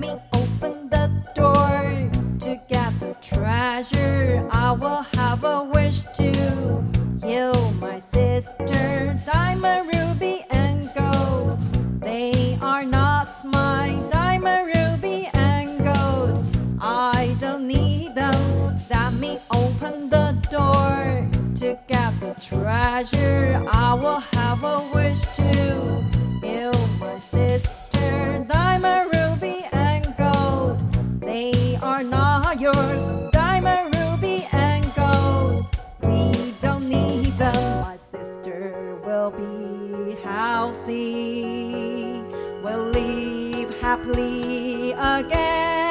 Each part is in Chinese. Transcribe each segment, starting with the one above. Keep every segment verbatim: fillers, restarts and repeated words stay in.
me open the door to get the treasure. I will have a wish to heal my sister. Diamond, ruby, and gold, they are not mine. Diamond, ruby, and gold, I don't need them. Let me open the door to get the treasure. I will have a wish to heal my sister. Diamond, ruby, and gold, they are not yours. Diamond, ruby, and gold, we don't need them. My sister will be healthy, will live happily again.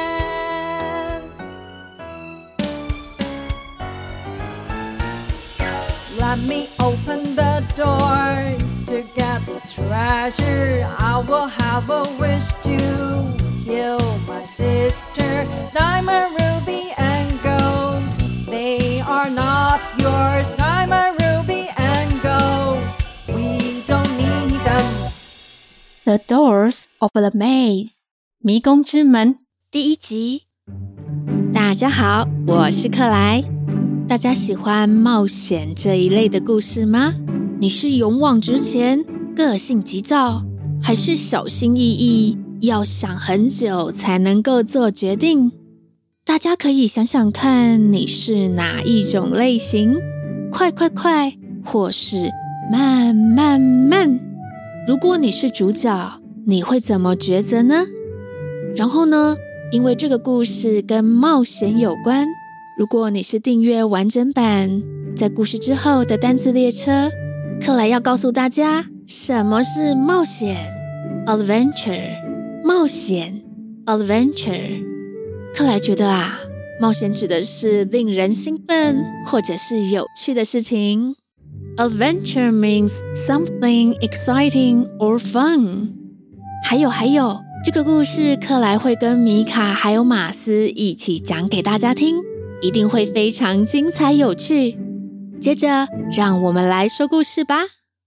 Let me open the door to get the treasure. I will have a wish to heal my sister. Diamond, ruby, and gold, they are not yours. Diamond, ruby, and gold, we don't need them. The Doors of the Maze 迷宫之门第一集。大家好，我是克莱。大家喜欢冒险这一类的故事吗？你是勇往直前，个性急躁，还是小心翼翼，要想很久才能够做决定？大家可以想想看，你是哪一种类型？快快快，或是慢慢慢。如果你是主角，你会怎么抉择呢？然后呢，因为这个故事跟冒险有关，如果你是订阅完整版，在故事之后的单字列车，克莱要告诉大家什么是冒险 Adventure 冒险 Adventure。 克莱觉得啊，冒险指的是令人兴奋或者是有趣的事情。 Adventure means something exciting or fun。 还有还有，这个故事克莱会跟米卡还有马斯一起讲给大家听，一定会非常精彩有趣。接着让我们来说故事吧。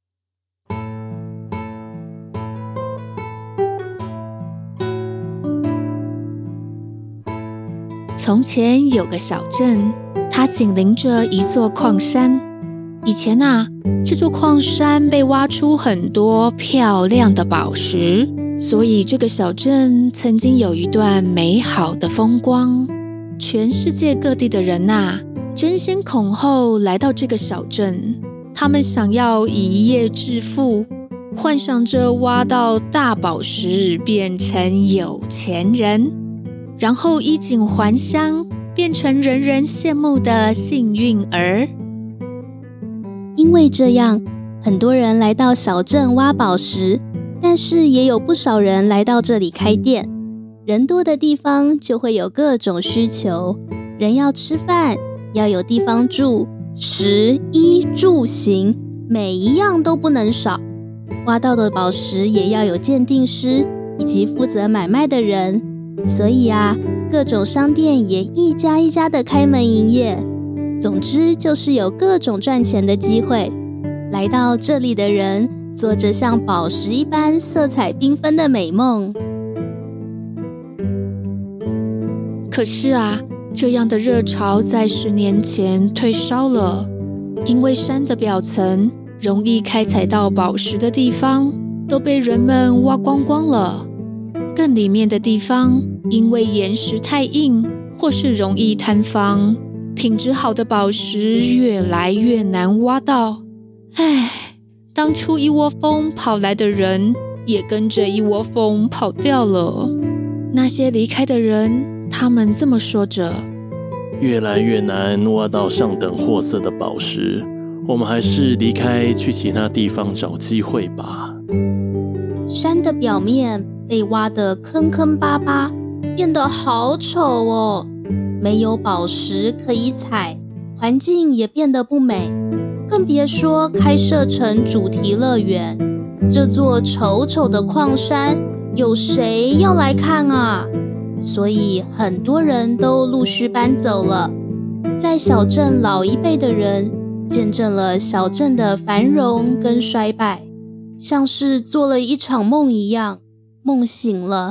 从前有个小镇，它紧邻着一座矿山。以前啊，这座矿山被挖出很多漂亮的宝石，所以这个小镇曾经有一段美好的风光。全世界各地的人啊，争先恐后来到这个小镇，他们想要一夜致富，幻想着挖到大宝石变成有钱人，然后衣锦还乡，变成人人羡慕的幸运儿。 因为这样，很多人来到小镇挖宝石，但是也有不少人来到这里开店。人多的地方就会有各种需求，人要吃饭，要有地方住，食衣住行，每一样都不能少。挖到的宝石也要有鉴定师以及负责买卖的人，所以啊，各种商店也一家一家的开门营业。总之就是有各种赚钱的机会。来到这里的人做着像宝石一般色彩缤纷的美梦。 可是啊，这样的热潮在十年前退烧了，因为山的表层容易开采到宝石的地方都被人们挖光光了，更里面的地方因为岩石太硬或是容易坍方，品质好的宝石越来越难挖到。唉，当初一窝蜂跑来的人也跟着一窝蜂跑掉了。那些离开的人，他们这么说着： 越来越难挖到上等货色的宝石，我们还是离开去其他地方找机会吧。 山的表面被挖得坑坑巴巴，变得好丑哦，没有宝石可以采，环境也变得不美，更别说开设成主题乐园。这座丑丑的矿山，有谁要来看啊？所以很多人都陆续搬走了。在小镇老一辈的人见证了小镇的繁荣跟衰败，像是做了一场梦一样，梦醒了，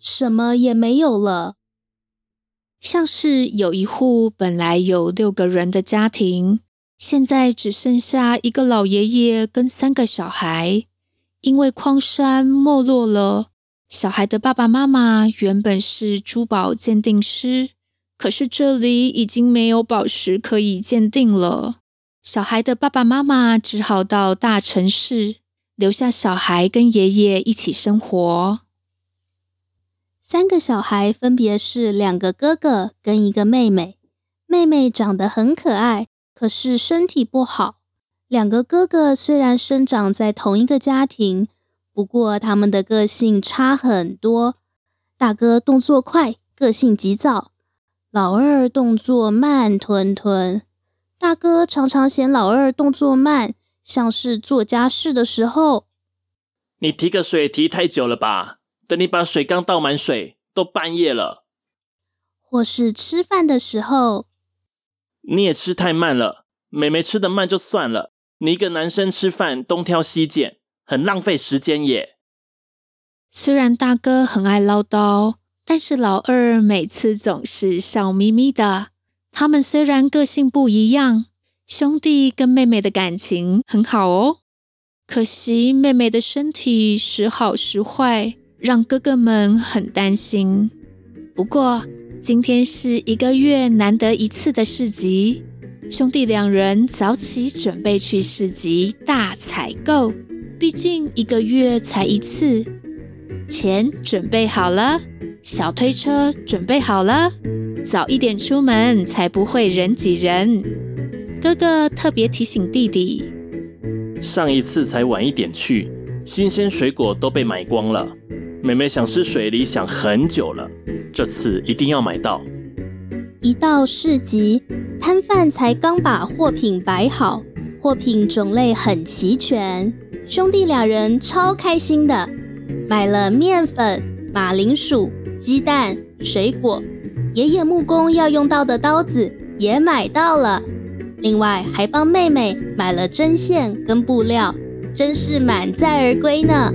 什么也没有了。 像是有一户本来有六个人的家庭，现在只剩下一个老爷爷跟三个小孩。因为矿山没落了，小孩的爸爸妈妈原本是珠宝鉴定师，可是这里已经没有宝石可以鉴定了。小孩的爸爸妈妈只好到大城市，留下小孩跟爷爷一起生活。 三个小孩分别是两个哥哥跟一个妹妹，妹妹长得很可爱，可是身体不好。两个哥哥虽然生长在同一个家庭，不过他们的个性差很多。大哥动作快，个性急躁；老二动作慢吞吞。大哥常常嫌老二动作慢，像是做家事的时候， 你提个水提太久了吧？等你把水缸倒满水，都半夜了。 或是吃饭的时候， 你也吃太慢了，妹妹吃得慢就算了，你一个男生吃饭东挑西拣，很浪费时间耶。 虽然大哥很爱唠叨，但是老二每次总是笑眯眯的。他们虽然个性不一样，兄弟跟妹妹的感情很好哦。可惜妹妹的身体时好时坏，让哥哥们很担心。不过今天是一个月难得一次的市集，兄弟两人早起准备去市集大采购，毕竟一个月才一次。钱准备好了，小推车准备好了，早一点出门才不会人挤人。哥哥特别提醒弟弟， 上一次才晚一点去，新鲜水果都被买光了。妹妹想吃水梨想很久了，这次一定要买到。 一到市集，摊贩才刚把货品摆好，货品种类很齐全，兄弟俩人超开心的，买了面粉、马铃薯、鸡蛋、水果，爷爷木工要用到的刀子也买到了，另外还帮妹妹买了针线跟布料，真是满载而归呢。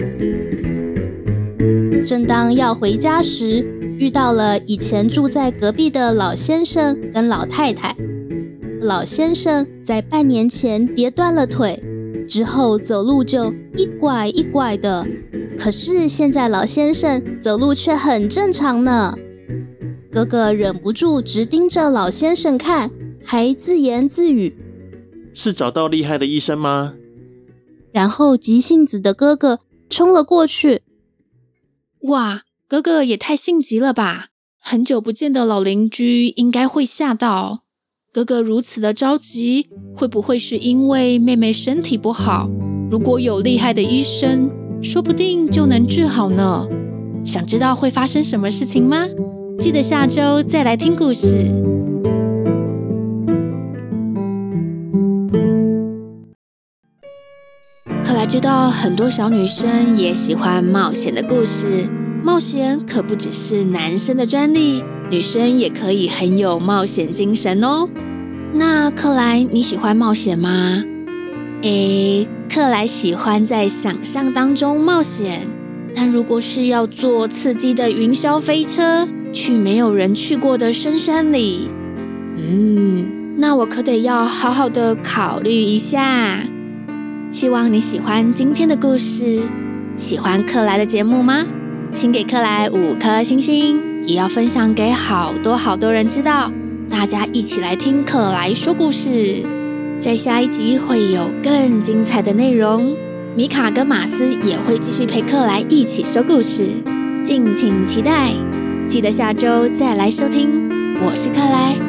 正当要回家时，遇到了以前住在隔壁的老先生跟老太太。老先生在半年前跌断了腿，之后走路就一拐一拐的，可是现在老先生走路却很正常呢。哥哥忍不住直盯着老先生看，还自言自语： 是找到厉害的医生吗？ 然后急性子的哥哥冲了过去。 哇，哥哥也太性急了吧！很久不见的老邻居应该会吓到。哥哥如此的着急，会不会是因为妹妹身体不好？如果有厉害的医生，说不定就能治好呢。想知道会发生什么事情吗？记得下周再来听故事。克莱知道很多小女生也喜欢冒险的故事，冒险可不只是男生的专利，女生也可以很有冒险精神哦。那克莱，你喜欢冒险吗？诶，克莱喜欢在想象当中冒险，但如果是要坐刺激的云霄飞车，去没有人去过的深山里，嗯，那我可得要好好的考虑一下。希望你喜欢今天的故事，喜欢克莱的节目吗？请给克莱五颗星星，也要分享给好多好多人知道，大家一起来听克莱说故事。在下一集会有更精彩的内容，米卡跟马斯也会继续陪克莱一起说故事，敬请期待。记得下周再来收听，我是克莱。